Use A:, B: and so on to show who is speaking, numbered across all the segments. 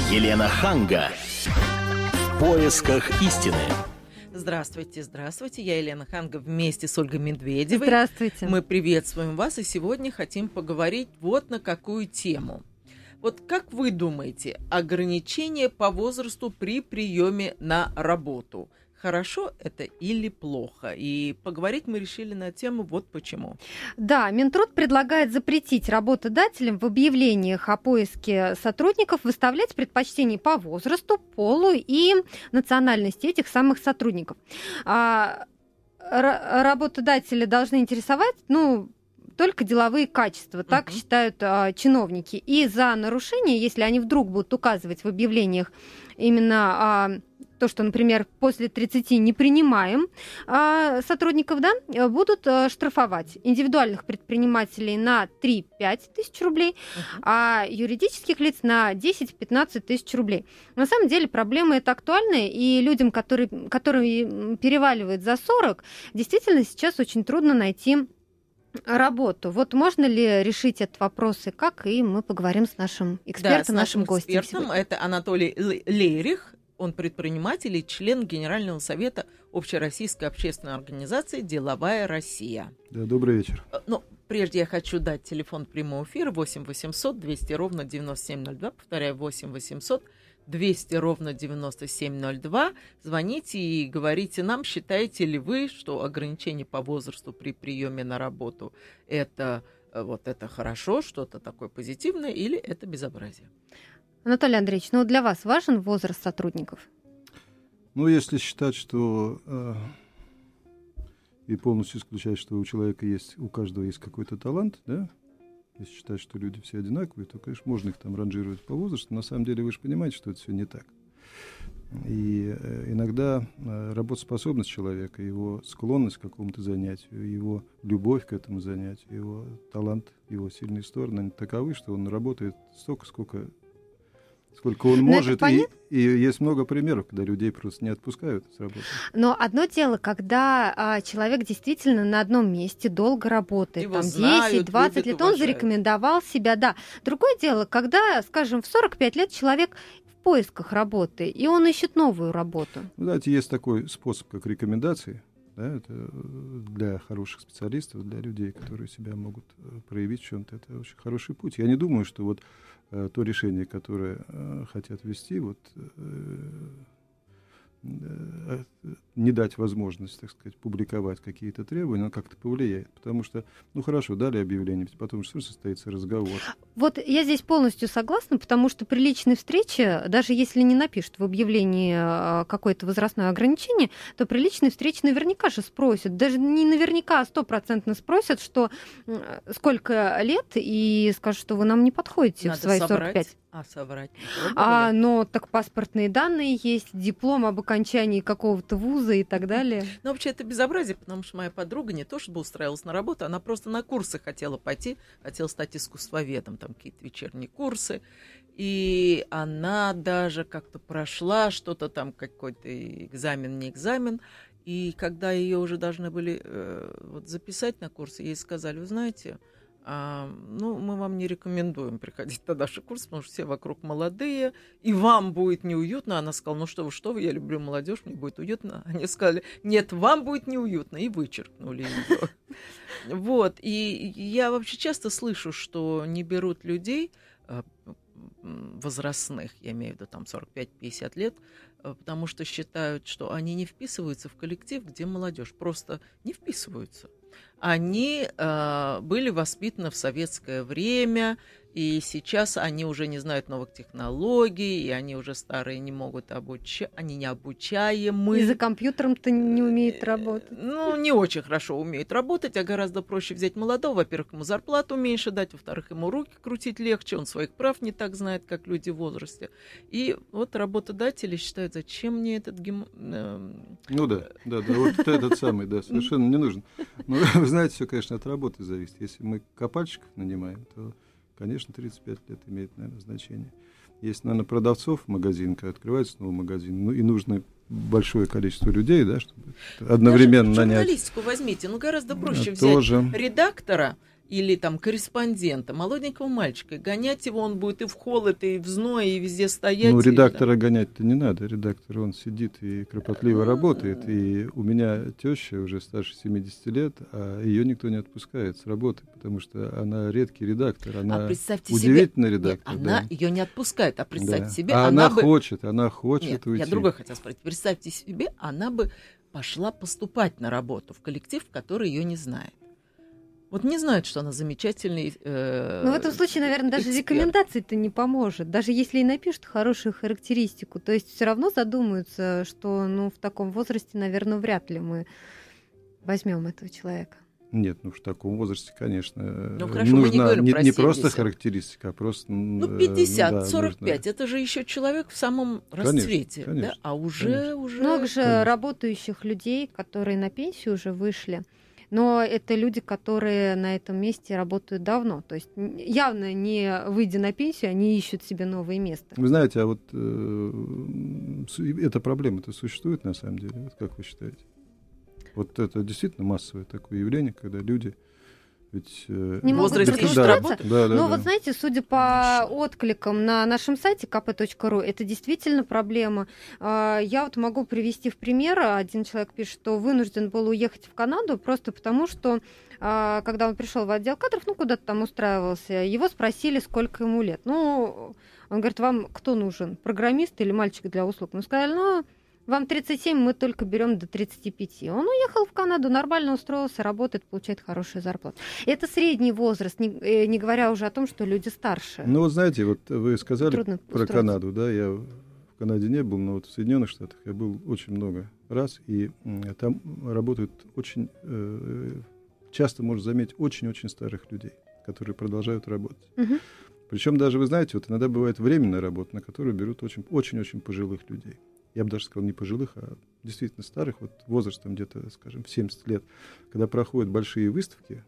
A: Елена Ханга. В поисках истины.
B: Здравствуйте, здравствуйте. Я Елена Ханга вместе с Ольгой Медведевой.
C: Здравствуйте.
B: Мы приветствуем вас, и сегодня хотим поговорить вот на какую тему. Вот как вы думаете, ограничения по возрасту при приеме на работу – хорошо это или плохо? И поговорить мы решили на тему вот почему.
C: Да, Минтруд предлагает запретить работодателям в объявлениях о поиске сотрудников выставлять предпочтения по возрасту, полу и национальности этих самых сотрудников. Работодатели должны интересовать, только деловые качества, так считают чиновники. И за нарушение, если они вдруг будут указывать в объявлениях именно то, что, например, после 30 не принимаем сотрудников, да, будут штрафовать индивидуальных предпринимателей на 3-5 тысяч рублей, а юридических лиц на 10-15 тысяч рублей. На самом деле проблема эта актуальная, и людям, которые переваливают за 40, действительно сейчас очень трудно найти работу. Вот можно ли решить этот вопрос и как? И мы поговорим с нашим экспертом,
B: да,
C: нашим гостем.
B: Это Анатолий Лерих. Он предприниматель и член Генерального совета Общероссийской общественной организации «Деловая Россия».
D: Да, добрый вечер.
B: Прежде я хочу дать телефон прямого эфира 8 800 200 ровно 9702. Повторяю, 8 800 200 ровно 9702. Звоните и говорите нам, считаете ли вы, что ограничение по возрасту при приеме на работу это хорошо, что-то такое позитивное, или это безобразие?
C: Анатолий Андреевич, для вас важен возраст сотрудников?
D: Если считать, что и полностью исключать, что у каждого есть какой-то талант, да? Если считать, что люди все одинаковые, то, конечно, можно их там ранжировать по возрасту. На самом деле вы же понимаете, что это все не так. И иногда работоспособность человека, его склонность к какому-то занятию, его любовь к этому занятию, его талант, его сильные стороны, они таковы, что он работает столько, сколько он может, и есть много примеров, когда людей просто не отпускают с работы.
C: Но одно дело, когда человек действительно на одном месте долго работает,
B: его знают,
C: 10-20 лет, он зарекомендовал себя, да. Другое дело, когда, скажем, в 45 лет человек в поисках работы, и он ищет новую работу.
D: Знаете, есть такой способ, как рекомендации, да, это для хороших специалистов, для людей, которые себя могут проявить в чем-то, это очень хороший путь. Я не думаю, что то решение, которое хотят ввести, не дать возможность, так сказать, публиковать какие-то требования, оно как-то повлияет. Потому что, хорошо, дали объявление, потом что состоится разговор.
C: Вот я здесь полностью согласна, потому что при личной встрече, даже если не напишут в объявлении какое-то возрастное ограничение, то при личной встрече наверняка же спросят, даже не наверняка, а 100% спросят, что сколько лет, и скажут, что вы нам не подходите.
B: Надо
C: в свои 45.
B: Соврать.
C: Но так паспортные данные есть, диплом об окончании какого-то вуза и так далее.
B: Вообще это безобразие, потому что моя подруга не то чтобы устраивалась на работу, она просто на курсы хотела пойти, хотела стать искусствоведом, там какие-то вечерние курсы, и она даже как-то прошла что-то там, какой-то экзамен, не экзамен, и когда ее уже должны были записать на курсы, ей сказали, вы знаете, мы вам не рекомендуем приходить на наши курсы, потому что все вокруг молодые, и вам будет неуютно. Она сказала, что вы, я люблю молодежь, мне будет уютно. Они сказали, нет, вам будет неуютно, и вычеркнули ее. И я вообще часто слышу, что не берут людей возрастных, я имею в виду там 45-50 лет, потому что считают, что они не вписываются в коллектив, где молодежь, просто не вписываются. Они были воспитаны в советское время, и сейчас они уже не знают новых технологий, и они уже старые, не могут они не обучаемы.
C: И за компьютером-то не умеют работать.
B: Не очень хорошо умеют работать, а гораздо проще взять молодого. Во-первых, ему зарплату меньше дать, во-вторых, ему руки крутить легче, он своих прав не так знает, как люди в возрасте. И работодатели считают, зачем мне этот
D: этот самый, совершенно не нужен. Но вы знаете, все, конечно, от работы зависит. Если мы копальщиков нанимаем, то, конечно, 35 лет имеет, наверное, значение. Есть, наверное, продавцов в магазин, когда открывается новый магазин, и нужно большое количество людей, да, чтобы одновременно
B: даже
D: нанять.
B: Журналистику возьмите, гораздо проще взять редактора или там корреспондента, молоденького мальчика, и гонять его он будет и в холод, и в зной, и везде стоять.
D: Ну, редактора гонять-то не надо. Редактор, он сидит и кропотливо работает. И у меня теща уже старше 70 лет, а ее никто не отпускает с работы, потому что она редкий редактор. Она удивительный редактор.
B: Нет, она ее не отпускает, а представьте себе,
D: она хочет уйти.
B: Я другое хотела спросить. Представьте себе, она бы пошла поступать на работу в коллектив, который ее не знает. Вот не знают, что она замечательный
C: Но в этом случае, наверное, даже
B: эксперт.
C: Рекомендации-то не поможет. Даже если и напишут хорошую характеристику, то есть все равно задумаются, что в таком возрасте, наверное, вряд ли мы возьмем этого человека.
D: Нет, в таком возрасте, конечно,
B: хорошо, мы не говорим про
D: не просто
B: 70.
D: характеристика, а просто...
B: 50, 45, это же еще человек в самом расцвете.
D: Конечно,
B: да? А уже...
C: Много же работающих людей, которые на пенсию уже вышли. Но это люди, которые на этом месте работают давно. То есть явно не выйдя на пенсию, они ищут себе новое место.
D: Вы знаете, а вот эта проблема-то существует на самом деле? Вот как вы считаете? Вот это действительно массовое такое явление, когда люди ведь...
C: не могут
B: трудоустроиться?
C: Да. Вот знаете, судя по откликам на нашем сайте kp.ru, это действительно проблема. Я вот могу привести в пример. Один человек пишет, что вынужден был уехать в Канаду просто потому, что когда он пришел в отдел кадров, куда-то там устраивался, его спросили, сколько ему лет. Он говорит, вам кто нужен, программист или мальчик для услуг? Сказали, вам 37, мы только берем до 35. Он уехал в Канаду, нормально устроился, работает, получает хорошую зарплату. Это средний возраст, не говоря уже о том, что люди старше.
D: Вот знаете, вот вы сказали про Канаду, да, я в Канаде не был, но вот в Соединенных Штатах я был очень много раз, и там работают очень, часто можно заметить, очень-очень старых людей, которые продолжают работать.
C: Угу.
D: Причем даже, вы знаете, вот иногда бывает временная работа, на которую берут очень-очень пожилых людей. Я бы даже сказал, не пожилых, а действительно старых, вот возрастом где-то, скажем, в 70 лет, когда проходят большие выставки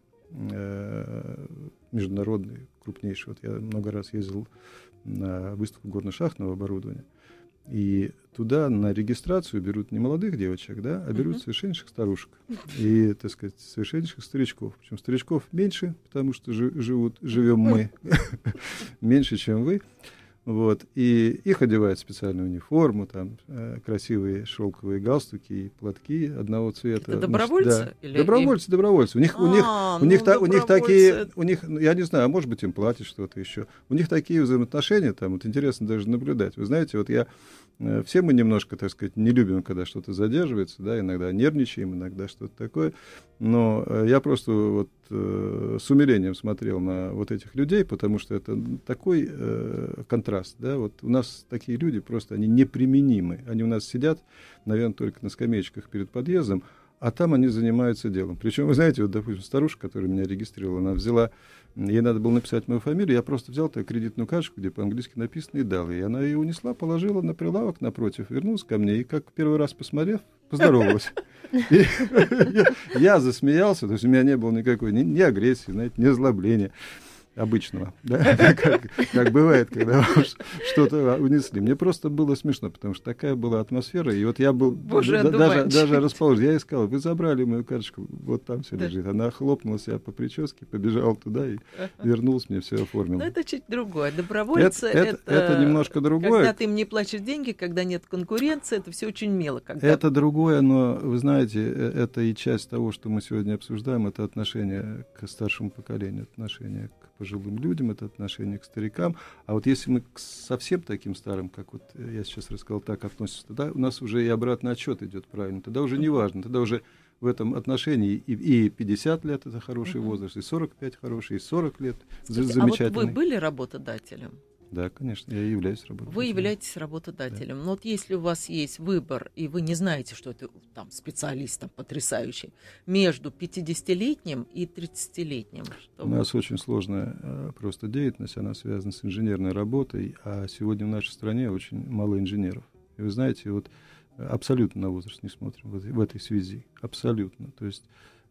D: международные, крупнейшие. Вот я много раз ездил на выставку горно-шахтного оборудования, и туда на регистрацию берут не молодых девочек, да, а берут совершеннейших старушек и, так сказать, совершеннейших старичков. Причем старичков меньше, потому что живем мы меньше, чем вы. Вот. И их одевают в специальную униформу, там красивые шелковые галстуки и платки одного цвета.
B: Это добровольцы?
D: Да. Добровольцы. У них такие, я не знаю, может быть, им платят что-то еще. У них такие взаимоотношения, там, вот интересно даже наблюдать. Вы знаете, вот все мы немножко, так сказать, не любим, когда что-то задерживается, да, иногда нервничаем, иногда что-то такое. Но я просто вот с умилением смотрел на вот этих людей, потому что это такой контраст, да, вот у нас такие люди просто, они неприменимы. Они у нас сидят, наверное, только на скамеечках перед подъездом, а там они занимаются делом. Причем, вы знаете, вот, допустим, старушка, которая меня регистрировала, она взяла, ей надо было написать мою фамилию, я просто взял такую кредитную карточку, где по-английски написано, и дал. И она ее унесла, положила на прилавок напротив, вернулась ко мне, и как первый раз посмотрев, поздоровалась. Я засмеялся, то есть у меня не было никакой ни агрессии, знаете, ни озлобления обычного, да? как бывает, когда что-то унесли. Мне просто было смешно, потому что такая была атмосфера, и вот я был даже расположен. Я ей сказал, вы забрали мою карточку, вот там все лежит. Она хлопнула себя по прическе, побежала туда и вернулась, мне все оформила.
B: Но это чуть другое. Добровольцы
D: это немножко другое.
B: Когда ты им не платишь деньги, когда нет конкуренции, это все очень мило.
D: Это другое, но вы знаете, это и часть того, что мы сегодня обсуждаем, это отношение к старшему поколению, отношение к пожилым людям, это отношение к старикам. А вот если мы к совсем таким старым, как вот я сейчас рассказал, так относимся, тогда у нас уже и обратный отсчет идет правильно. Тогда уже не важно, тогда уже в этом отношении и 50 лет это хороший возраст, и 45 хороший, и 40 лет замечательный.
B: А вот вы были работодателем?
D: Да, конечно, я являюсь работодателем.
B: Вы являетесь работодателем. Да. Но вот если у вас есть выбор, и вы не знаете, что это там специалист там, потрясающий, между 50-летним и 30-летним.
D: У нас очень сложная просто деятельность, она связана с инженерной работой, а сегодня в нашей стране очень мало инженеров. И вы знаете, вот абсолютно на возраст не смотрим в этой связи. Абсолютно. То есть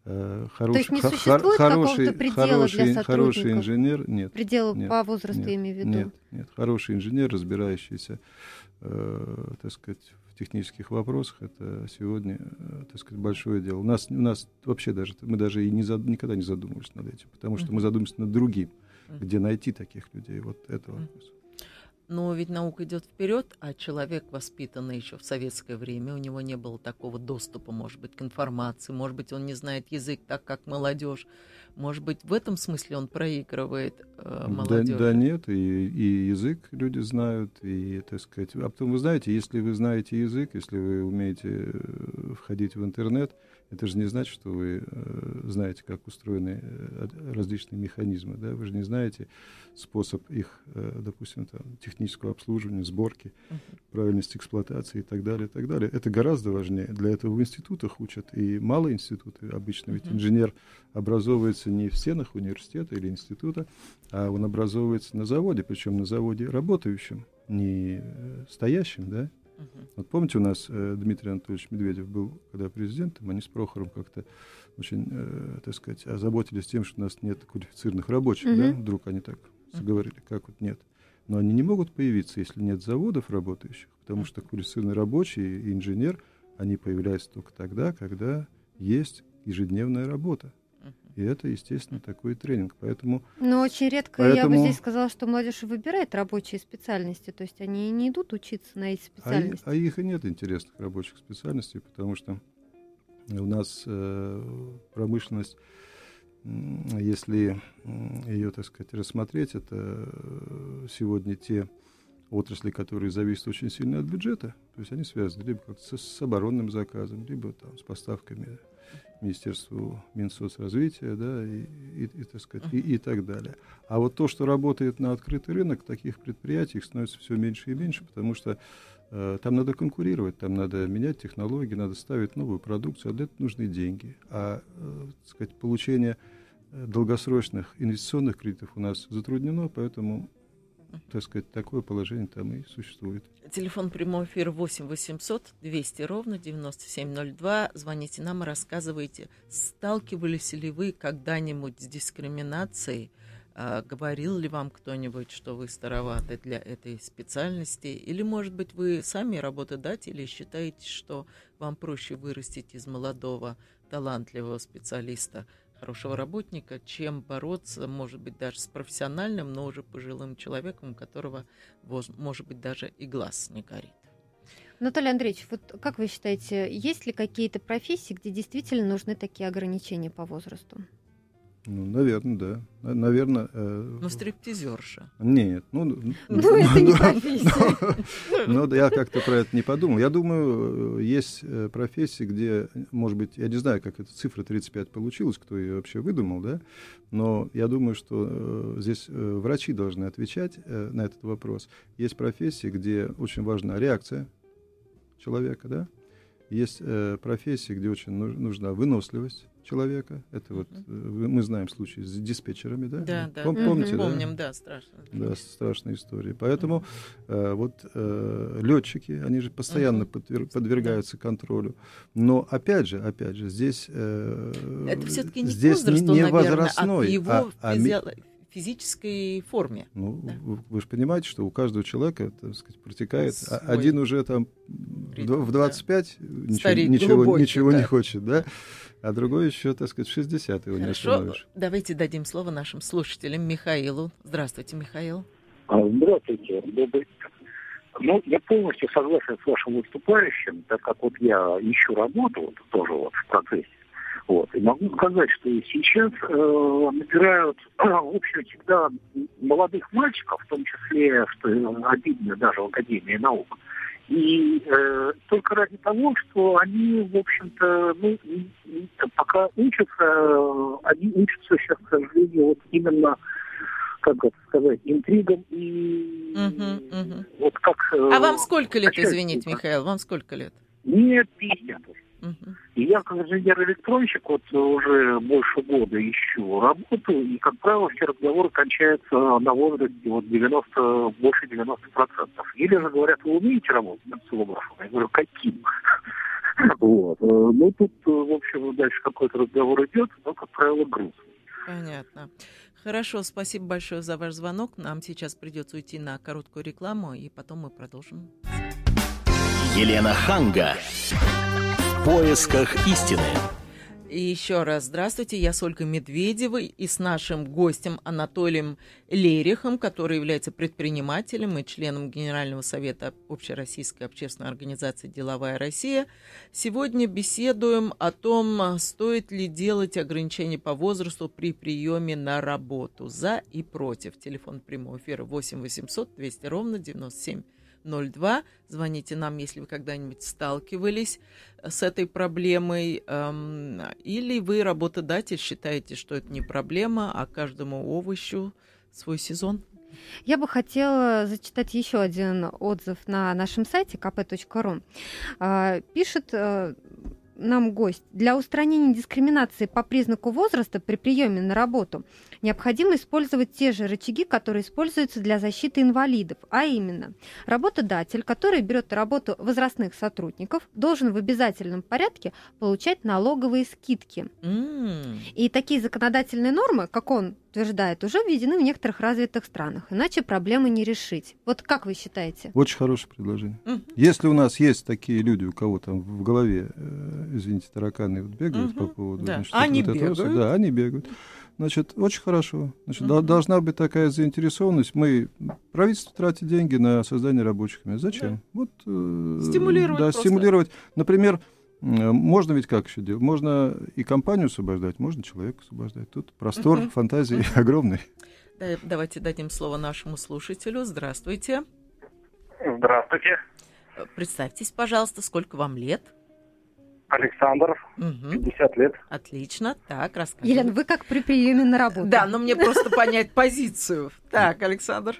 C: То есть не существует какого-то предела для сотрудников?
D: Хороший инженер, нет.
C: Предела
D: нет,
C: по возрасту, я имею в виду?
D: Нет. Хороший инженер, разбирающийся, так сказать, в технических вопросах, это сегодня, так сказать, большое дело. У нас вообще мы даже и никогда не задумывались над этим, потому что мы задумывались над другим, где найти таких людей. Вот это вопрос.
B: Но ведь наука идет вперед, а человек, воспитанный еще в советское время, у него не было такого доступа, может быть, к информации, может быть, он не знает язык так, как молодежь. Может быть, в этом смысле он проигрывает молодежи?
D: Да нет, и язык люди знают, и, так сказать... А потом, вы знаете, если вы знаете язык, если вы умеете входить в интернет, это же не значит, что вы знаете, как устроены различные механизмы, да? Вы же не знаете способ их, допустим, там, технического обслуживания, сборки, правильность эксплуатации и так далее, и так далее. Это гораздо важнее. Для этого в институтах учат, и малые институты обычно, ведь инженер образовывается не в стенах университета или института, а он образовывается на заводе, причем на заводе работающем, не стоящем, да? Вот помните, у нас Дмитрий Анатольевич Медведев был, когда президентом, они с Прохором как-то очень, так сказать, озаботились тем, что у нас нет квалифицированных рабочих, да? Вдруг они так заговорили, как вот нет. Но они не могут появиться, если нет заводов работающих, потому что квалифицированный рабочий и инженер, они появляются только тогда, когда есть ежедневная работа. И это, естественно, такой тренинг.
C: Но очень редко, я бы здесь сказала, что молодежь выбирает рабочие специальности, то есть они не идут учиться на эти специальности.
D: А их и нет интересных рабочих специальностей, потому что у нас промышленность, если ее, так сказать, рассмотреть, это сегодня те отрасли, которые зависят очень сильно от бюджета, то есть они связаны либо как-то с оборонным заказом, либо там, с поставками Министерству Минсоцразвития, да, так сказать, и так далее. А вот то, что работает на открытый рынок, таких предприятий становится все меньше и меньше, потому что там надо конкурировать, там надо менять технологии, надо ставить новую продукцию, а для этого нужны деньги. Так сказать, получение долгосрочных инвестиционных кредитов у нас затруднено, поэтому, так сказать, такое положение там и существует.
B: Телефон прямого эфира 8 800 200 ровно 9702. Звоните нам и рассказывайте, сталкивались ли вы когда-нибудь с дискриминацией? Говорил ли вам кто-нибудь, что вы староваты для этой специальности? Или, может быть, вы сами работодатели считаете, что вам проще вырастить из молодого, талантливого специалиста, хорошего работника, чем бороться, может быть, даже с профессиональным, но уже пожилым человеком, у которого, может быть, даже и глаз не горит.
C: Наталья Андреевич, вот как вы считаете, есть ли какие-то профессии, где действительно нужны такие ограничения по возрасту?
D: Ну, наверное, да. Наверное.
B: Ну, стриптизерша.
D: Нет.
C: Это не профессия.
D: Ну, я как-то про это не подумал. Я думаю, есть профессии, где, может быть, я не знаю, как эта цифра 35 получилась, кто ее вообще выдумал, да, но я думаю, что здесь врачи должны отвечать на этот вопрос. Есть профессии, где очень важна реакция человека, да. Есть профессии, где очень нужна выносливость человека. Это вот мы знаем случаи с диспетчерами, да?
B: Да.
D: Помните,
B: помним, да, страшно.
D: Да, страшная история. Поэтому летчики, они же постоянно подвергаются контролю. Но опять же, здесь
B: это все-таки не
D: здесь
B: возраст,
D: не
B: наверное,
D: возрастной,
B: его физической форме.
D: Ну,
B: да.
D: вы же понимаете, что у каждого человека, так сказать, протекает.
B: Свой
D: один уже там
B: ритм,
D: в 25
B: Старик
D: ничего
B: глубокий,
D: не хочет, да? А другой еще, так сказать, в 60 его не остановишь.
B: Давайте дадим слово нашим слушателям. Михаилу. Здравствуйте, Михаил.
E: Здравствуйте, добрый день. Ну, я полностью согласен с вашим выступающим, так как вот я ищу работу, вот, тоже вот в процессе. Вот. И могу сказать, что сейчас набирают, в общем, всегда молодых мальчиков, в том числе, что обидно даже в Академии наук. И только ради того, что они, в общем-то, пока учатся, они учатся сейчас, к сожалению, вот именно, как это сказать, интригам и вот как...
B: А вам сколько лет, извините, Михаил, вам сколько лет?
E: Мне 50. И я, как инженер-электронщик, вот уже больше года ищу работу, и, как правило, все разговоры кончаются на возрасте вот 90, больше 90%. Или же говорят, вы умеете работать над осциллографом? Я говорю, каким? Вот. Ну, тут, в общем, дальше какой-то разговор идет, но, как правило, грустно.
B: Понятно. Хорошо, спасибо большое за ваш звонок. Нам сейчас придется уйти на короткую рекламу, и потом мы продолжим.
A: Елена Ханга. В поисках истины.
B: И еще раз здравствуйте, я с Ольгой Медведевой и с нашим гостем Анатолием Лерихом, который является предпринимателем и членом Генерального совета Общероссийской общественной организации «Деловая Россия». Сегодня беседуем о том, стоит ли делать ограничения по возрасту при приеме на работу, за и против. Телефон прямого эфира 8 800 200 ровно 9702. Звоните нам, если вы когда-нибудь сталкивались с этой проблемой, или вы, работодатель, считаете, что это не проблема, а каждому овощу свой сезон.
C: Я бы хотела зачитать еще один отзыв на нашем сайте kp.ru. Пишет нам гость: для устранения дискриминации по признаку возраста при приеме на работу необходимо использовать те же рычаги, которые используются для защиты инвалидов, а именно работодатель, который берет на работу возрастных сотрудников, должен в обязательном порядке получать налоговые скидки. И такие законодательные нормы, как он утверждает, уже введены в некоторых развитых странах, иначе проблемы не решить. Вот как вы считаете?
D: Очень хорошее предложение. Если у нас есть такие люди, у кого там в голове, извините, тараканы вот бегают по поводу...
B: Да.
D: Значит,
B: Они
D: вот
B: бегают.
D: этого, да, они бегают. Значит, очень хорошо. Значит, должна быть такая заинтересованность. Правительство тратит деньги на создание рабочих мест. Зачем?
B: Да.
D: Вот,
B: Стимулировать просто.
D: стимулировать. Например, можно ведь как еще делать? Можно и компанию освобождать, можно человека освобождать. Тут простор фантазии огромный.
B: Давайте дадим слово нашему слушателю. Здравствуйте.
E: Здравствуйте.
B: Представьтесь, пожалуйста, сколько вам лет?
E: Александр, 50 лет.
B: Отлично. Так, расскажите.
C: Елена, вы как при приеме на работу.
B: Да, но мне просто понять позицию. Так, Александр.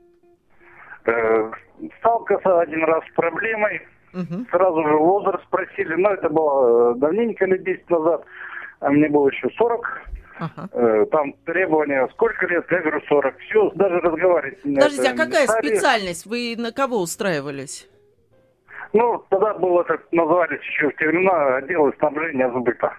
E: Сталкивался один раз с проблемой. Сразу же возраст спросили. Но это было давненько, лет 10 назад. А мне было еще 40. Там требования, сколько лет? Я говорю, 40. Все, даже разговаривать.
B: Подождите, а какая специальность? Вы на кого устраивались?
E: Ну, тогда было, так назывались еще в те времена, отделы снабжения сбыта.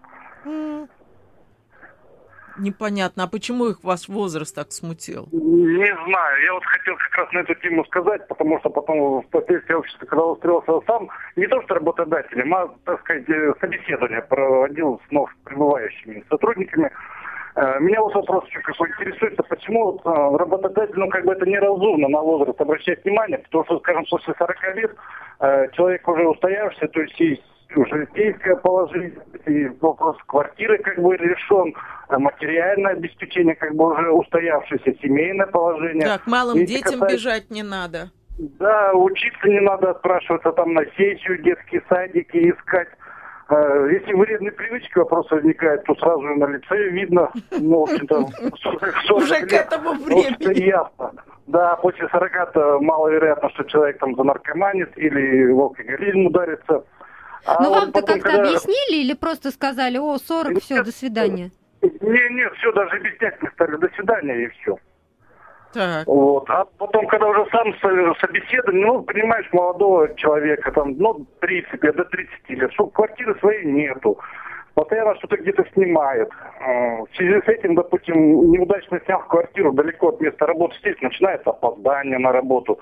B: Непонятно. А почему их ваш возраст так смутил?
E: Не знаю. Я вот хотел как раз на эту тему сказать, потому что потом впоследствии общества, когда устроился сам, не то что работодателем, а, так сказать, собеседование проводил с вновь прибывающими сотрудниками. Меня вот вопрос еще какой интересуется, почему вот работодатель, ну, как бы это неразумно на возраст обращать внимание, потому что, скажем, после 40 лет человек уже устоявшийся, то есть есть уже житейское положение, и вопрос квартиры как бы решен, материальное обеспечение как бы уже устоявшееся, семейное положение.
B: Так, малым детям бежать не надо.
E: Да, учиться не надо, спрашиваться там на сессию, детские садики искать. Если вредные привычки, вопрос возникает, то сразу на лице видно, ну, в общем-то,
B: уже к этому времени.
E: Ясно. Да, после 40-то маловероятно, что человек там занаркоманит или в алкоголизм ударится.
C: Но вам-то как-то объяснили или просто сказали: о, 40, все, до свидания?
E: Нет, все, даже объяснять не стали, до свидания, и все.
B: Так.
E: Вот. А потом, когда уже сам собеседование, ну, понимаешь, молодого человека, там, ну, 30 лет, до 30 лет, что квартиры своей нету, постоянно что-то где-то снимает. В связи с этим, допустим, неудачно снял квартиру далеко от места работы, здесь начинается опоздание на работу.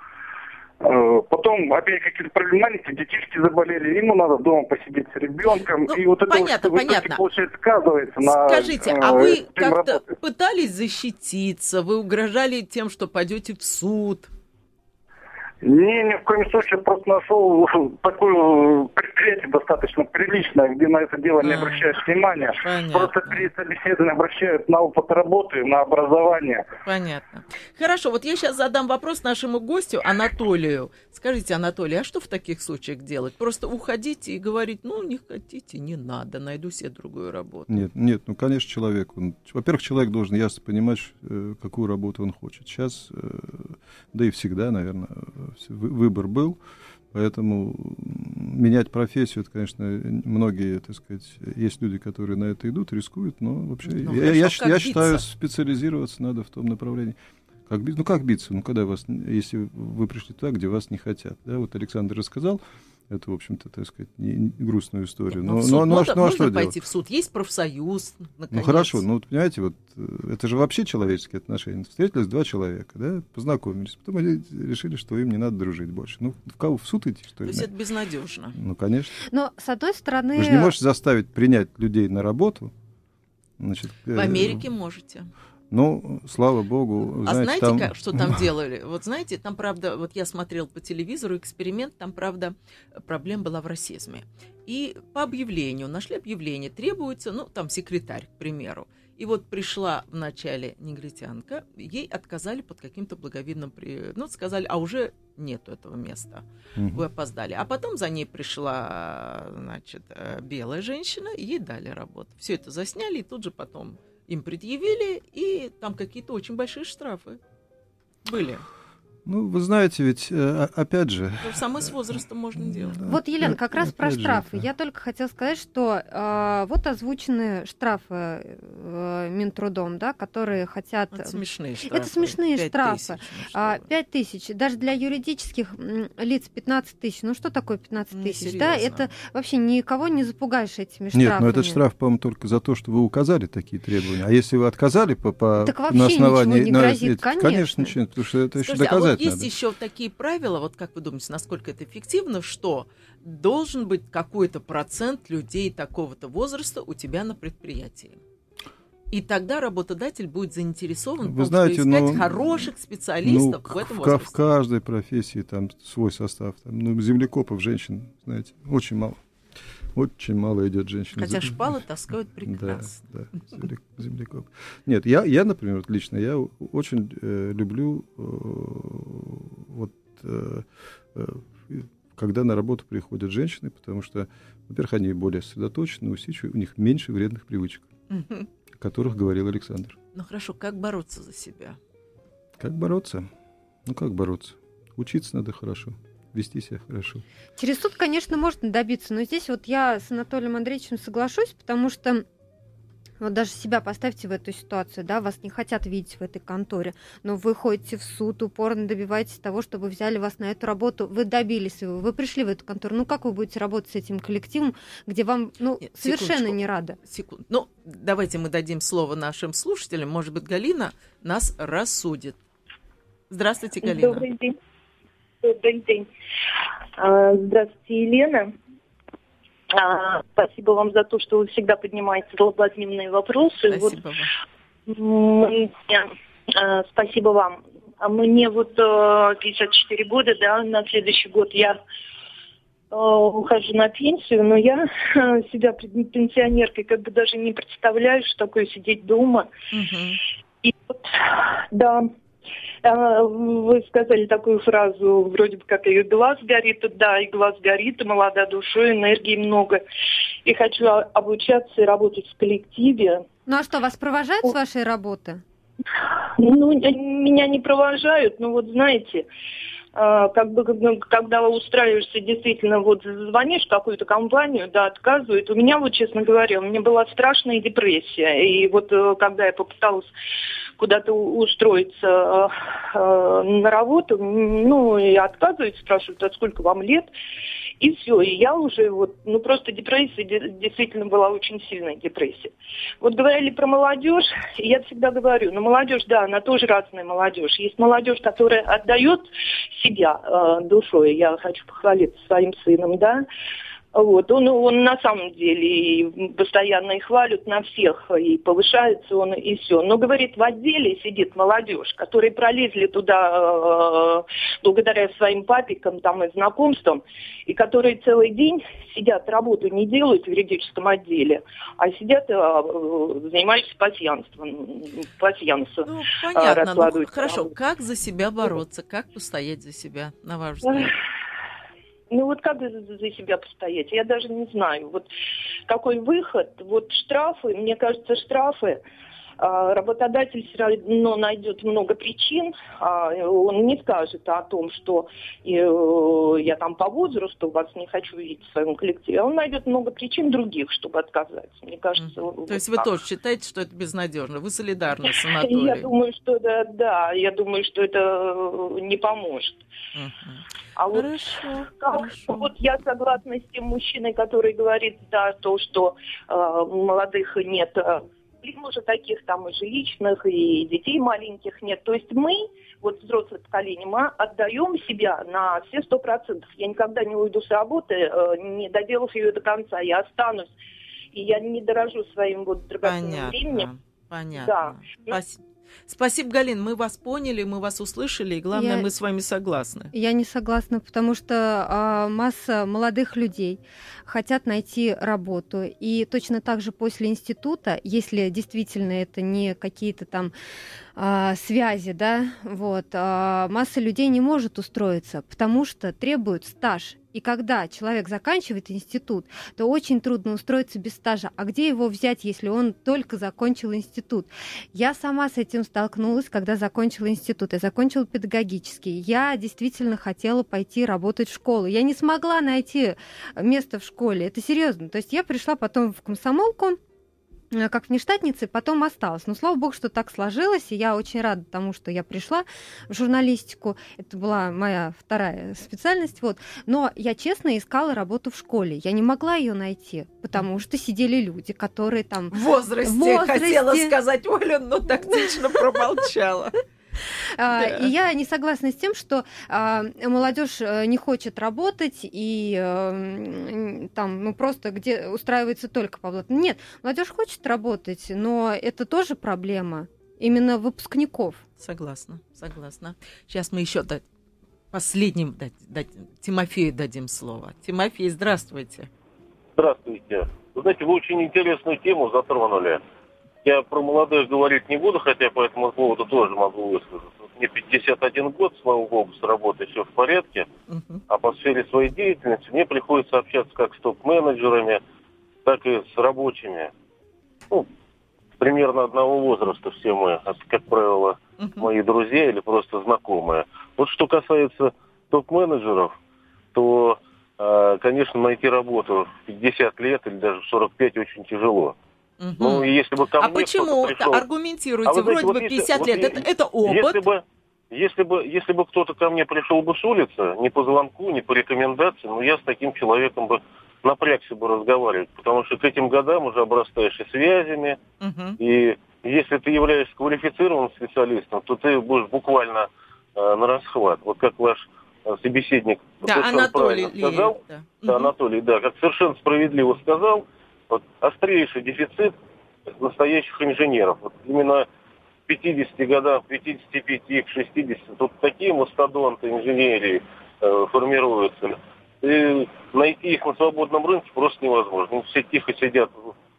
E: Потом опять какие-то проблемы, маленькие детишки заболели, ему надо дома посидеть с ребенком.
B: Ну,
E: и вот
B: понятно,
E: это вот,
B: понятно.
E: Получается, сказывается на...
B: Скажите, а вы как-то
E: работы.
B: пытались защититься? Вы угрожали тем, что пойдете в суд?
E: Ни в коем случае. Просто нашел такое предприятие достаточно приличное, где на это дело не обращают внимания.
B: Понятно.
E: Просто при собеседовании обращают на опыт работы, на образование.
B: Понятно. Хорошо, вот я сейчас задам вопрос нашему гостю Анатолию. Скажите, Анатолий, а что в таких случаях делать? Просто уходить и говорить: ну, не хотите, не надо, найду себе другую работу.
D: Нет, ну, конечно, человек, во-первых, человек должен ясно понимать, какую работу он хочет. Сейчас, да и всегда, наверное, выбор был, поэтому менять профессию, это, конечно, многие, так сказать, есть люди, которые на это идут, рискуют, но вообще я считаю, специализироваться надо в том направлении. Как биться? Ну, когда если вы пришли туда, где вас не хотят. Да? Вот Александр рассказал, эту, в общем-то, так сказать, грустную историю.
B: Но можно пойти в суд. Есть профсоюз, наконец.
D: Ну хорошо, ну понимаете, вот это же вообще человеческие отношения. Встретились два человека, да, познакомились, потом они решили, что им не надо дружить больше. Ну, в кого, в суд идти, что ли?
B: То есть это безнадежно.
D: Ну, конечно.
C: Но, с одной стороны...
D: Вы же не можете заставить принять людей на работу. Значит,
B: в Америке можете.
D: Ну, слава богу.
B: Знаете, там... что там делали? Вот знаете, там, правда, вот я смотрел по телевизору эксперимент, там, правда, проблема была в расизме. И по объявлению, нашли объявление, требуется, ну, там, секретарь, к примеру. И вот пришла вначале негритянка, ей отказали под каким-то благовидным... Ну, сказали, а уже нету этого места, вы опоздали. А потом за ней пришла, значит, белая женщина, и ей дали работу. Все это засняли, и тут же потом... Им предъявили, и там какие-то очень большие штрафы были.
D: Ну, вы знаете, ведь, опять же...
B: То же самое с возрастом можно делать.
C: Вот, Елена, как раз про штрафы. Я только хотела сказать, что вот озвучены штрафы Минтрудом, да, которые хотят...
B: Это смешные штрафы.
C: Это смешные штрафы. 5 тысяч. Даже для юридических лиц 15 тысяч. Ну, что такое 15 тысяч? Да, это вообще никого не запугаешь этими штрафами.
D: Нет, но этот штраф, по-моему, только за то, что вы указали такие требования. А если вы отказали на основании...
C: ничего не грозит,
D: конечно, ничего, потому что это еще доказать.
B: Есть еще такие правила, вот как вы думаете, насколько это эффективно, что должен быть какой-то процент людей такого-то возраста у тебя на предприятии. И тогда работодатель будет заинтересован в том, что искать хороших специалистов в этом возрасте.
D: В каждой профессии там свой состав. Там, землекопов, женщин, знаете, очень мало. Очень мало идет женщин.
B: Хотя шпалы таскают прекрасно.
D: Да, землекоп. Нет, я, например, лично, я очень люблю когда на работу приходят женщины, потому что, во-первых, они более сосредоточены, усидчивы, у них меньше вредных привычек, о которых говорил Александр.
B: Ну хорошо, как бороться за себя?
D: Как бороться? Ну как бороться? Учиться надо хорошо. Вести себя хорошо.
C: Через суд, конечно, можно добиться, но здесь вот я с Анатолием Андреевичем соглашусь, потому что вот даже себя поставьте в эту ситуацию, да, вас не хотят видеть в этой конторе, но вы ходите в суд, упорно добиваетесь того, чтобы взяли вас на эту работу, вы добились его, вы пришли в эту контору, ну как вы будете работать с этим коллективом, где вам, совершенно не рада?
B: Ну, давайте мы дадим слово нашим слушателям, может быть, Галина нас рассудит. Здравствуйте, Галина.
F: Добрый день. Добрый день. Здравствуйте, Елена. Спасибо вам за то, что вы всегда поднимаете злободневные вопросы.
B: Спасибо вам.
F: Спасибо вам. Мне 54 года, да, на следующий год я ухожу на пенсию, но я себя пенсионеркой как бы даже не представляю, что такое сидеть дома. И да... Вы сказали такую фразу, вроде бы как и глаз горит, да, и глаз горит, и молода душой, энергии много. И хочу обучаться и работать в коллективе.
C: Ну а что, вас провожают с вашей работы?
F: Ну, меня не провожают, но вот знаете, как бы, когда устраиваешься, действительно, вот звонишь в какую-то компанию, да, отказывают. У меня, вот, честно говоря, у меня была страшная депрессия. И вот когда я попыталась куда-то устроиться на работу, ну, и отказывают, спрашивают, а сколько вам лет? И все, и я уже просто депрессия, действительно была очень сильная депрессия. Вот говорили про молодежь, и я всегда говорю, молодежь, да, она тоже разная молодежь. Есть молодежь, которая отдает себя душой, я хочу похвалиться своим сыном, да. Вот, он на самом деле и постоянно и хвалят на всех, и повышается он, и все. Но, говорит, в отделе сидит молодежь, которые пролезли туда благодаря своим папикам там, и знакомствам, и которые целый день сидят, работу не делают в юридическом отделе, а сидят, занимаются пасьянством.
B: Ну, понятно. Хорошо, как за себя бороться, как постоять за себя, на ваш взгляд?
F: Ну вот как за себя постоять? Я даже не знаю. Вот какой выход? Вот штрафы, мне кажется, штрафы работодатель все равно найдет много причин. Он не скажет о том, что я там по возрасту вас не хочу видеть в своем коллективе. Он найдет много причин других, чтобы отказаться. Мне кажется,
B: То есть вы тоже считаете, что это безнадежно? Вы солидарны с Анатолием?
F: Я думаю, что да, я думаю, что это не поможет. А вот, вот я согласна с тем мужчиной, который говорит, да, то, что молодых нет, уже таких там и жилищных, и детей маленьких нет. То есть мы, вот взрослое поколение, мы отдаем себя на все 100%. Я никогда не уйду с работы, не доделав ее до конца. Я останусь, и я не дорожу своим вот драгоценным временем.
B: Понятно. Да. Спасибо, Галина, мы вас поняли, мы вас услышали, и главное, мы с вами согласны.
C: Я не согласна, потому что масса молодых людей хотят найти работу, и точно так же после института, если действительно это не какие-то там связи, да, вот, масса людей не может устроиться, потому что требуют стаж. И когда человек заканчивает институт, то очень трудно устроиться без стажа. А где его взять, если он только закончил институт? Я сама с этим столкнулась, когда закончила институт. Я закончила педагогический. Я действительно хотела пойти работать в школу. Я не смогла найти место в школе. Это серьезно. То есть я пришла потом в комсомолку, как внештатница, и потом осталась. Но слава богу, что так сложилось, и я очень рада тому, что я пришла в журналистику. Это была моя вторая специальность. Вот. Но я честно искала работу в школе. Я не могла ее найти, потому что сидели люди, которые там...
B: В возрасте. Хотела сказать Оля, но тактично промолчала.
C: И я не согласна с тем, что молодежь не хочет работать и там просто где устраивается только по блату. Нет, молодежь хочет работать, но это тоже проблема именно выпускников.
B: Согласна. Сейчас мы еще последним Тимофею дадим слово. Тимофей, здравствуйте.
G: Здравствуйте. Вы знаете, вы очень интересную тему затронули. Я про молодежь говорить не буду, хотя по этому поводу тоже могу высказаться. Мне 51 год, слава богу, с работой все в порядке. А по сфере своей деятельности мне приходится общаться как с топ-менеджерами, так и с рабочими. Примерно одного возраста все мы, как правило, мои друзья или просто знакомые. Вот что касается топ-менеджеров, то, конечно, найти работу в 50 лет или даже в 45 очень тяжело. Ну, если бы ко мне
B: почему?
G: Пришел...
B: Arгументируйте. Вроде бы 50 лет. Это опыт.
G: Если бы кто-то ко мне пришел бы с улицы, не по звонку, не по рекомендации, я с таким человеком бы напрягся бы разговаривать. Потому что к этим годам уже обрастаешь и связями. И если ты являешься квалифицированным специалистом, то ты будешь буквально на расхват. Вот как ваш собеседник
B: Анатолий
G: сказал. Анатолий, как совершенно справедливо сказал. Вот острейший дефицит настоящих инженеров. Вот именно к 50 годам, к 55, к 60, тут такие мастодонты инженерии формируются. И найти их на свободном рынке просто невозможно. Они все тихо сидят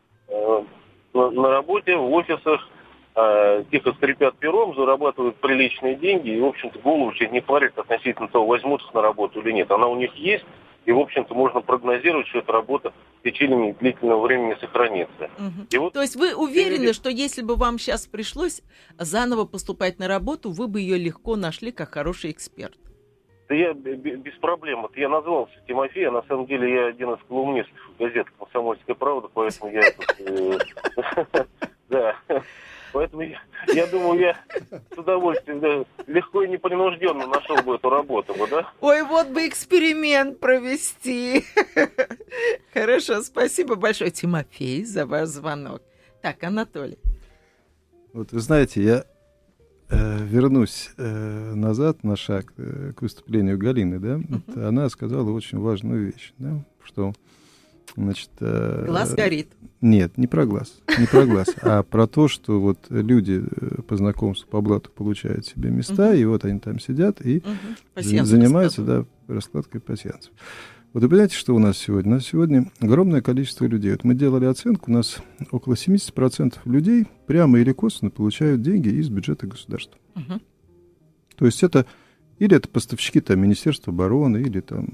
G: на работе, в офисах, тихо скрипят пером, зарабатывают приличные деньги и, в общем-то, голову себе не парят относительно того, возьмут их на работу или нет. Она у них есть. И, в общем-то, можно прогнозировать, что эта работа в течение длительного времени сохранится.
B: То есть вы уверены, что если бы вам сейчас пришлось заново поступать на работу, вы бы ее легко нашли как хороший эксперт?
G: Да я без проблем. Вот я назвался Тимофей, а на самом деле я один из колумнистов газеты «Комсомольская правда», поэтому я... Да. Поэтому я думаю, я с удовольствием легко и непринужденно нашел бы эту работу, да?
B: Ой, вот бы эксперимент провести. Хорошо, спасибо большое, Тимофей, за ваш звонок. Так, Анатолий.
D: Вот вы знаете, я вернусь назад на шаг к выступлению Галины, да? Вот она сказала очень важную вещь, да? Что, значит...
B: Глаз горит.
D: Нет, не про глаз, а про то, что вот люди по знакомству по блату получают себе места, и вот они там сидят и занимаются раскладкой пасьянсов. Вот вы понимаете, что у нас сегодня? У нас сегодня огромное количество людей. Вот мы делали оценку, у нас около 70% людей прямо или косвенно получают деньги из бюджета государства. То есть это или это поставщики там, Министерства обороны, или там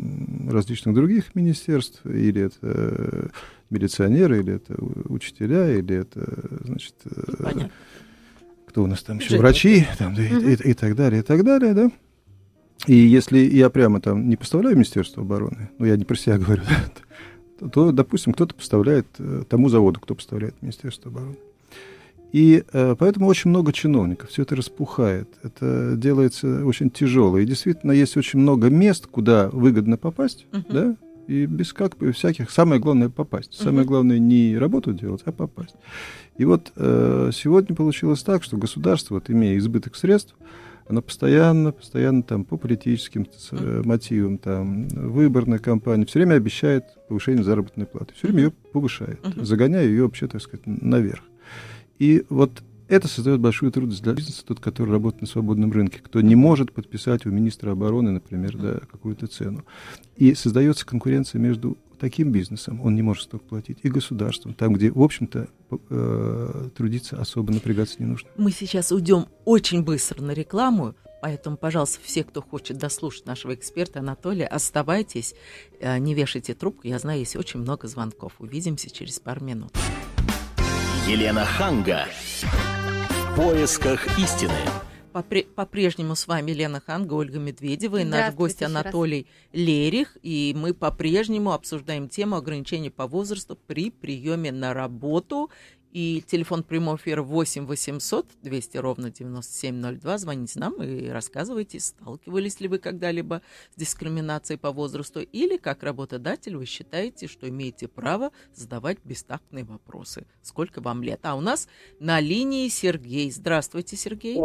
D: различных других министерств, или это милиционеры, или это учителя, или это, значит, кто у нас там еще, врачи, там, и так далее, да. И если я прямо там не поставляю Министерство обороны, ну, я не про себя говорю, то, допустим, кто-то поставляет тому заводу, кто поставляет Министерство обороны. И поэтому очень много чиновников, все это распухает, это делается очень тяжело. И действительно есть очень много мест, куда выгодно попасть, да, и без всяких... Самое главное — попасть. Самое главное не работу делать, а попасть. И вот сегодня получилось так, что государство, вот, имея избыток средств, оно постоянно там, по политическим мотивам, там, выборная кампания, все время обещает повышение заработной платы, все время ее повышает, загоняя ее вообще, так сказать, наверх. И вот это создает большую трудность для бизнеса, тот, который работает на свободном рынке, кто не может подписать у министра обороны, например, да, какую-то цену. И создается конкуренция между таким бизнесом, он не может столько платить, и государством, там, где, в общем-то, трудиться особо напрягаться не нужно.
B: Мы сейчас уйдем очень быстро на рекламу, поэтому, пожалуйста, все, кто хочет дослушать нашего эксперта Анатолия, оставайтесь, не вешайте трубку, я знаю, есть очень много звонков. Увидимся через пару минут.
A: Елена Ханга. В поисках истины.
B: По-прежнему с вами Лена Ханга, Ольга Медведева и наш гость Анатолий Лерих. И мы по-прежнему обсуждаем тему ограничений по возрасту при приеме на работу. И телефон прямого эфира 8 800 200 ровно 9702. Звоните нам и рассказывайте, сталкивались ли вы когда-либо с дискриминацией по возрасту, или как работодатель вы считаете, что имеете право задавать бестактные вопросы. Сколько вам лет? А у нас на линии Сергей. Здравствуйте, Сергей.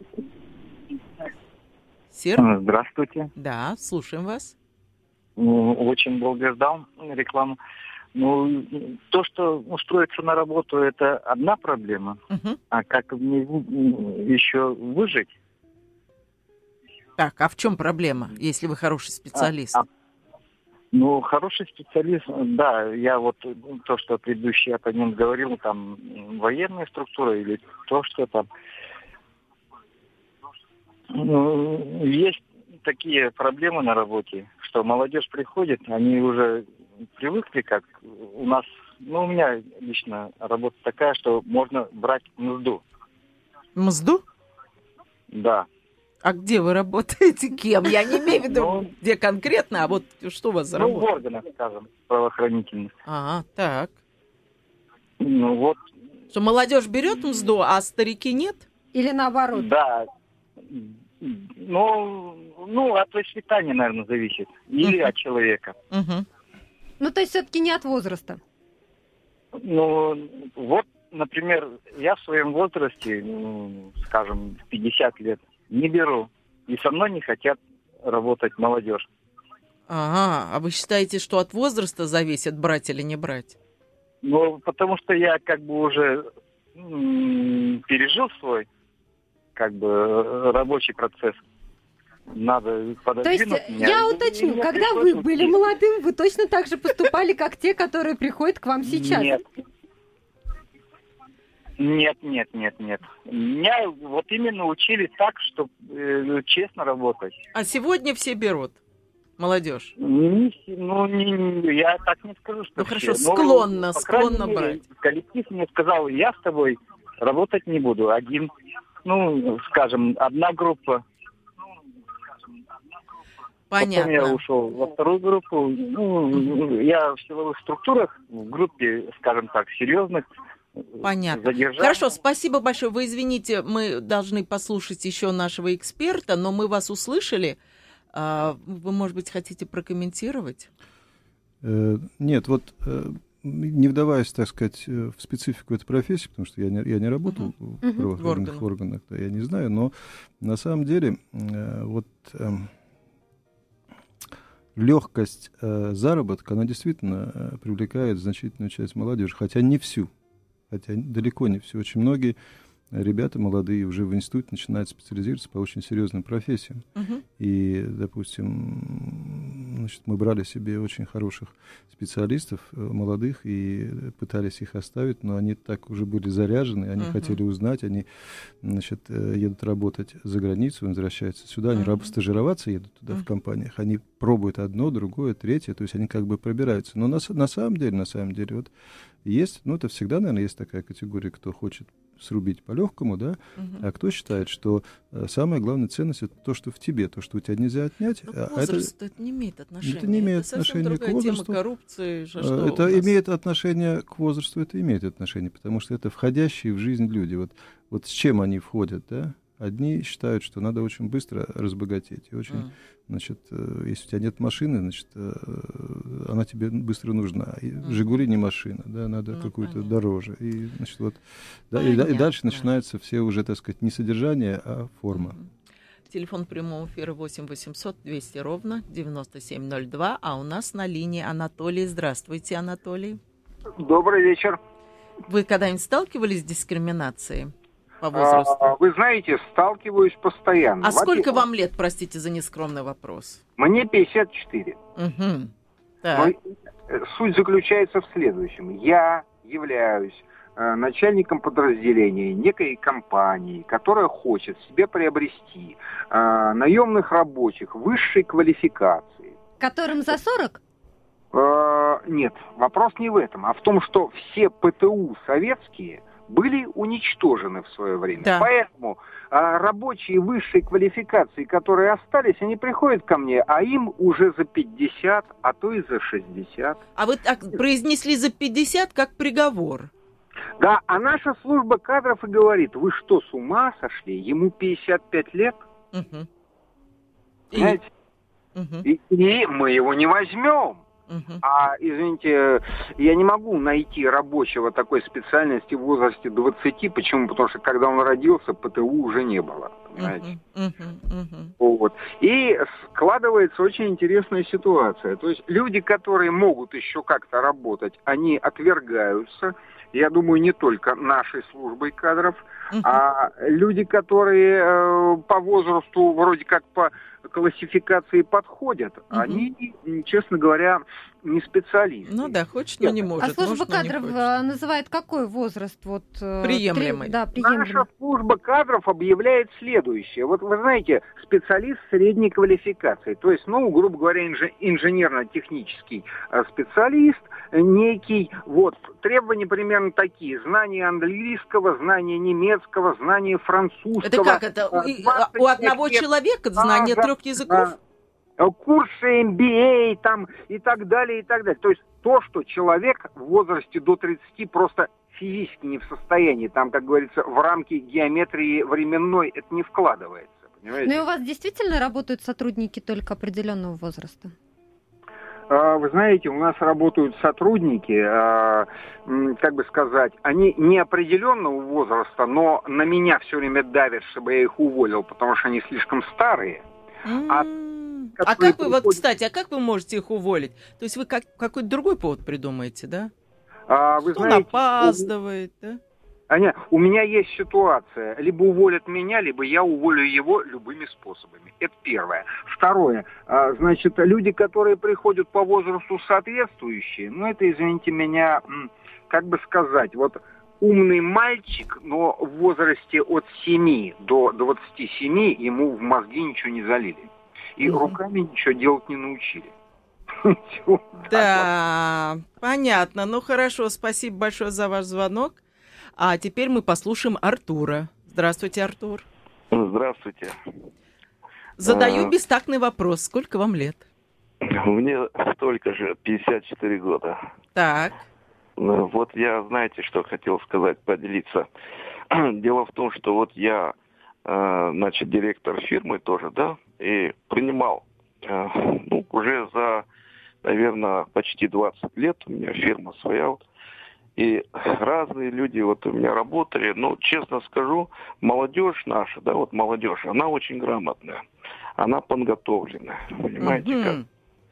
H: Здравствуйте.
B: Да, слушаем вас.
H: Очень долго ждал рекламу. Ну, то, что устроиться на работу, это одна проблема, а как мне еще выжить?
B: Так, а в чем проблема, если вы хороший специалист?
H: Ну, хороший специалист, да, я вот то, что предыдущий оппонент говорил, там, военная структура или то, что там. Ну, есть такие проблемы на работе, что молодежь приходит, они уже привыкли, как у нас, ну, у меня лично работа такая, что можно брать мзду.
B: Мзду?
H: Да.
B: А где вы работаете? Кем? Я не имею в виду, где конкретно, а вот что у вас за работа?
H: Ну, в органах, скажем, правоохранительных.
B: Ага, так.
H: Ну, вот.
B: Что молодежь берет мзду, а старики нет?
C: Или наоборот?
H: Да. Ну, от воспитания, наверное, зависит. Или от человека.
C: Ну, то есть все-таки не от возраста.
H: Ну, вот, например, я в своем возрасте, скажем, 50 лет, не беру. И со мной не хотят работать молодежь.
B: Ага, а вы считаете, что от возраста зависит, брать или не брать?
H: Ну, потому что я как бы уже пережил свой, как бы, рабочий процесс. Надо пододвинуть.
C: То есть, я уточню, когда вы были молодым, вы точно так же поступали, как те, которые приходят к вам сейчас?
H: Нет. Меня вот именно учили так, чтобы честно работать.
B: А сегодня все берут? Молодежь?
H: Я так не скажу, что
B: ну, хорошо,
H: все.
B: склонно брать.
H: Коллектив мне сказал, я с тобой работать не буду. Один, ну, скажем, одна группа.
B: Понятно.
H: Потом я ушел во вторую группу. Ну, я в силовых структурах, в группе, скажем так, серьезных.
B: Понятно.
H: Задержал.
B: Хорошо, спасибо большое. Вы извините, мы должны послушать еще нашего эксперта, но мы вас услышали. Вы, может быть, хотите прокомментировать?
D: Нет, вот не вдаваясь, так сказать, в специфику этой профессии, потому что я не работал в правоохранительных органах, да, я не знаю, но на самом деле вот легкость заработка, она действительно привлекает значительную часть молодежи, хотя не всю, хотя далеко не всю. Очень многие ребята молодые уже в институте начинают специализироваться по очень серьезным профессиям. И, допустим, значит, мы брали себе очень хороших специалистов, молодых, и пытались их оставить, но они так уже были заряжены, они хотели узнать, они, значит, едут работать за границу, возвращаются сюда, они стажироваться едут туда в компаниях, они пробуют одно, другое, третье, то есть они как бы пробираются. Но на самом деле, вот есть, ну, это всегда, наверное, есть такая категория, кто хочет срубить по-легкому, да, а кто считает, что самая главная ценность — это то, что в тебе, то, что у тебя нельзя отнять.
B: Но к возрасту это не имеет отношения.
D: Это не имеет отношения к возрасту.
B: Тема коррупции,
D: это имеет отношение к возрасту, это имеет отношение, потому что это входящие в жизнь люди. Вот с чем они входят, да? Одни считают, что надо очень быстро разбогатеть. И очень, значит, если у тебя нет машины, значит, она тебе быстро нужна. И «Жигули» не машина, да, надо какую-то дороже. И, значит, вот, да, и дальше начинаются все уже, так сказать, не содержание, а форма.
B: Телефон прямого эфира 8 800 200 ровно 9702. А у нас на линии Анатолий. Здравствуйте, Анатолий.
I: Добрый вечер.
B: Вы когда-нибудь сталкивались с дискриминацией по возрасту?
I: Вы знаете, сталкиваюсь постоянно.
B: А сколько вам лет, простите за нескромный вопрос?
I: Мне 54.
B: Так.
I: Но суть заключается в следующем. Я являюсь начальником подразделения некой компании, которая хочет себе приобрести наемных рабочих высшей квалификации.
C: Которым за 40?
I: Нет, вопрос не в этом, а в том, что все ПТУ советские были уничтожены в свое время.
B: Да.
I: Поэтому рабочие высшей квалификации, которые остались, они приходят ко мне, а им уже за 50, а то и за 60.
B: А вы так произнесли за 50 как приговор.
I: Да, а наша служба кадров и говорит: вы что, с ума сошли? Ему 55 лет? Понимаете? И мы его не возьмем. А, извините, я не могу найти рабочего такой специальности в возрасте 20. Почему? Потому что когда он родился, ПТУ уже не было. Понимаете? Вот. И складывается очень интересная ситуация. То есть люди, которые могут еще как-то работать, они отвергаются. Я думаю, не только нашей службой кадров, а люди, которые по возрасту вроде как по классификации подходят, они, честно говоря, не специалисты.
B: Ну да, хочет, но не может.
C: А служба
B: может,
C: кадров называет какой возраст? Вот,
B: приемлемый.
C: Да, приемлемый.
I: Наша служба кадров объявляет следующее. Вот вы знаете, специалист средней квалификации, то есть, ну, грубо говоря, инженерно-технический специалист, некий, вот, требования примерно такие: знание английского, знание немецкого, знание французского.
B: Это как это? У одного человека знание 3 языков?
I: Курсы MBA там и так далее, и так далее. То есть то, что человек в возрасте до 30 просто физически не в состоянии, там, как говорится, в рамки геометрии временной это не вкладывается. Понимаете?
C: Ну и у вас действительно работают сотрудники только определенного возраста?
I: Вы знаете, у нас работают сотрудники, как бы сказать, они неопределенного возраста, но на меня все время давят, чтобы я их уволил, потому что они слишком старые.
B: А как вы, вот, кстати, а как вы можете их уволить? То есть вы какой-то другой повод придумаете, да?
I: Вы
B: что
I: знаете,
B: он опаздывает, да?
I: Аня, у меня есть ситуация. Либо уволят меня, либо я уволю его любыми способами. Это первое. Второе. Значит, люди, которые приходят по возрасту соответствующие, ну, это, извините меня, как бы сказать, вот умный мальчик, но в возрасте от 7 до 27 ему в мозги ничего не залили. И руками ничего делать не научили.
B: Да, понятно. Ну, хорошо, спасибо большое за ваш звонок. А теперь мы послушаем Артура. Здравствуйте, Артур.
J: Здравствуйте.
B: Задаю бестактный вопрос. Сколько вам лет?
J: Мне столько же, 54 года.
B: Так.
J: Вот я, знаете, что хотел сказать, поделиться. Дело в том, что вот я, значит, директор фирмы тоже, да, и принимал, ну, уже за, наверное, почти 20 лет у меня фирма своя вот. И разные люди вот у меня работали, но, честно скажу, молодежь наша, да, вот молодежь, она очень грамотная, она подготовленная, понимаете, как?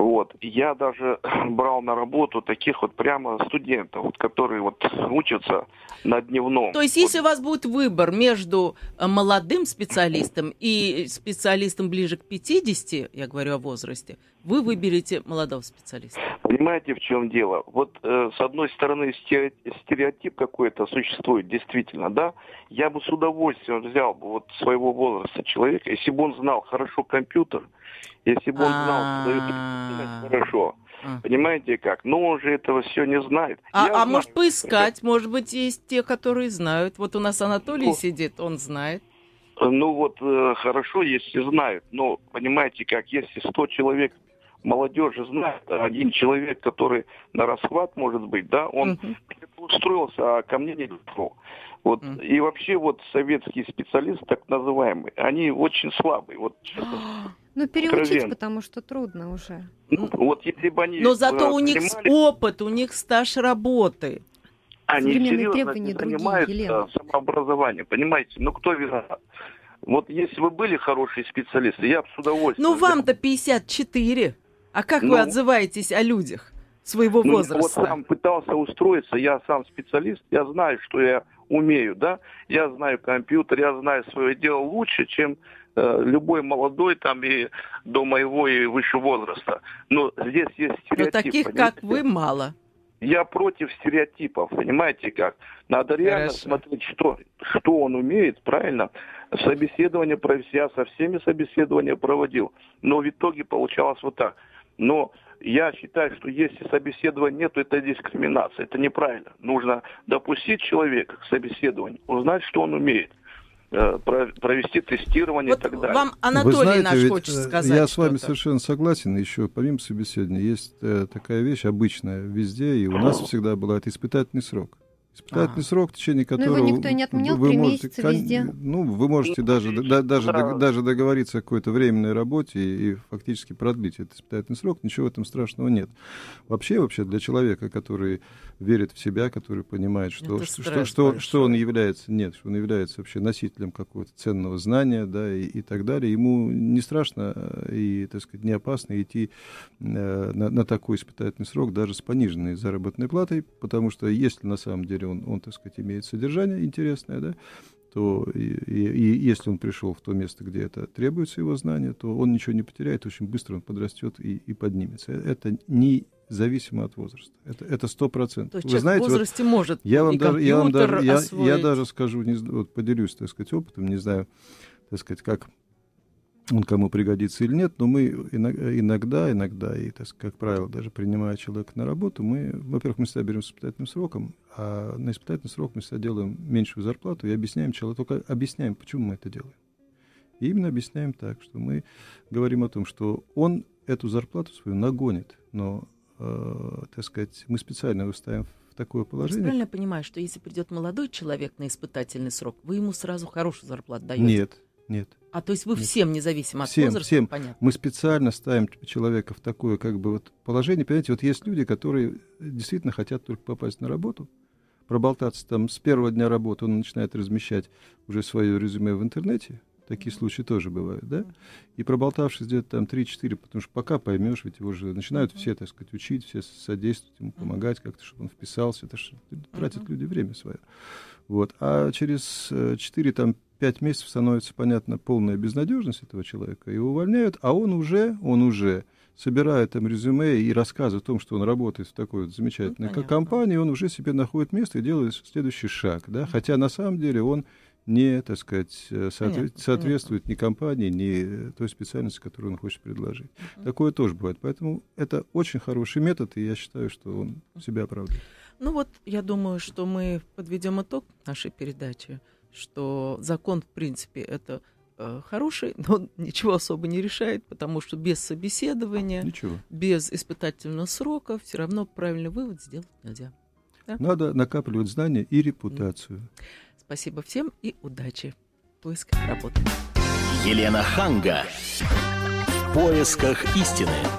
J: Вот. Я даже брал на работу таких вот прямо студентов, вот, которые вот учатся на дневном.
B: То есть, если у вас будет выбор между молодым специалистом и специалистом ближе к 50, я говорю о возрасте, вы выберете молодого специалиста.
J: Понимаете, в чем дело? Вот с одной стороны стереотип какой-то существует, действительно, да? Я бы с удовольствием взял бы вот своего возраста человека, если бы он знал хорошо компьютер, если бы он знал, что дают хорошо. Понимаете как? Но он же этого все не знает.
B: А может поискать, может быть, есть те, которые знают. Вот у нас Анатолий сидит, он знает.
J: Ну вот, хорошо, если знают. Но, понимаете как, если 100 человек молодежи знает, один человек, который на расхват, может быть, да, он устроился, а ко мне не пришел. Вот. И вообще вот советские специалисты, так называемые, они очень слабые. Вот,
C: ну, переучить, потому что трудно уже.
J: Ну, вот если бы они...
B: Но зато у них опыт, у них стаж работы.
J: Они серьезно не занимаются самообразованием, понимаете? Ну, кто виноват? Вот если бы были хорошие специалисты, я бы с удовольствием...
B: Ну, вам-то 54. А как вы отзываетесь о людях своего возраста?
J: Вот сам пытался устроиться, я сам специалист, я знаю, что я умею, да? Я знаю компьютер, я знаю свое дело лучше, чем любой молодой там и до моего и выше возраста. Но здесь есть стереотип.
B: Но таких, понимаете? Как вы, мало.
J: Я против стереотипов, понимаете как? Надо реально смотреть, что он умеет, правильно? Собеседование провести, я со всеми собеседования проводил, но в итоге получалось вот так. Но я считаю, что если собеседования нет, то это дискриминация, это неправильно. Нужно допустить человека к собеседованию, узнать, что он умеет, провести тестирование
B: вот
J: и так далее.
B: Вам Анатолий
D: Вы знаете,
B: наш хочет сказать.
D: Я с вами совершенно согласен. Еще помимо собеседования есть такая вещь обычная везде, и у нас всегда была, это испытательный срок. Испытательный срок, в течение которого...
C: Но его никто не отменял, 3 месяца везде.
D: Ну, вы можете даже договориться о какой-то временной работе и фактически продлить этот испытательный срок. Ничего в этом страшного нет. Вообще для человека, который верит в себя, который понимает, что он является вообще носителем какого-то ценного знания, да, и так далее, ему не страшно и, так сказать, не опасно идти на такой испытательный срок даже с пониженной заработной платой, потому что если на самом деле он, так сказать, имеет содержание интересное, да, то и если он пришел в то место, где это требуется его знание, то он ничего не потеряет, очень быстро он подрастет и поднимется. Это независимо от возраста. Это 100%.
B: То есть вы знаете, в возрасте может я
D: даже скажу, поделюсь, так сказать, опытом, не знаю, так сказать, как он кому пригодится или нет, но мы иногда, и, так сказать, как правило, даже принимая человека на работу, во-первых, мы всегда берем с испытательным сроком, а на испытательный срок мы всегда делаем меньшую зарплату и объясняем человеку, только объясняем, почему мы это делаем. И именно объясняем так, что мы говорим о том, что он эту зарплату свою нагонит, но, так сказать, мы специально его ставим в такое положение.
B: Я правильно понимаю, что если придет молодой человек на испытательный срок, вы ему сразу хорошую зарплату даете?
D: Нет.
B: А то есть вы всем, независимо от возраста,
D: всем.
B: Понятно.
D: Мы специально ставим человека в такое положение. Понимаете, вот есть люди, которые действительно хотят только попасть на работу, проболтаться там с первого дня работы, он начинает размещать уже свое резюме в интернете. Такие случаи тоже бывают, да? И проболтавшись где-то там 3-4, потому что пока поймешь, ведь его же начинают все, так сказать, учить, все содействовать ему, помогать как-то, чтобы он вписался. Это же тратят люди время свое. Вот. А через 4-5 месяцев становится, понятно, полная безнадежность этого человека. Его увольняют, а он уже собирает там резюме и рассказывает о том, что он работает в такой вот замечательной компании, он уже себе находит место и делает следующий шаг. Да? Хотя на самом деле он не, так сказать, соответствует ни компании, ни той специальности, которую он хочет предложить. Такое тоже бывает. Поэтому это очень хороший метод, и я считаю, что он себя оправдывает.
B: Ну вот, я думаю, что мы подведем итог нашей передачи, что закон, в принципе, это хороший, но ничего особо не решает, потому что без собеседования, без испытательного срока все равно правильный вывод сделать нельзя. Да?
D: Надо накапливать знания и репутацию.
B: Спасибо всем и удачи в поисках работы.
A: Елена Ханга. В поисках истины.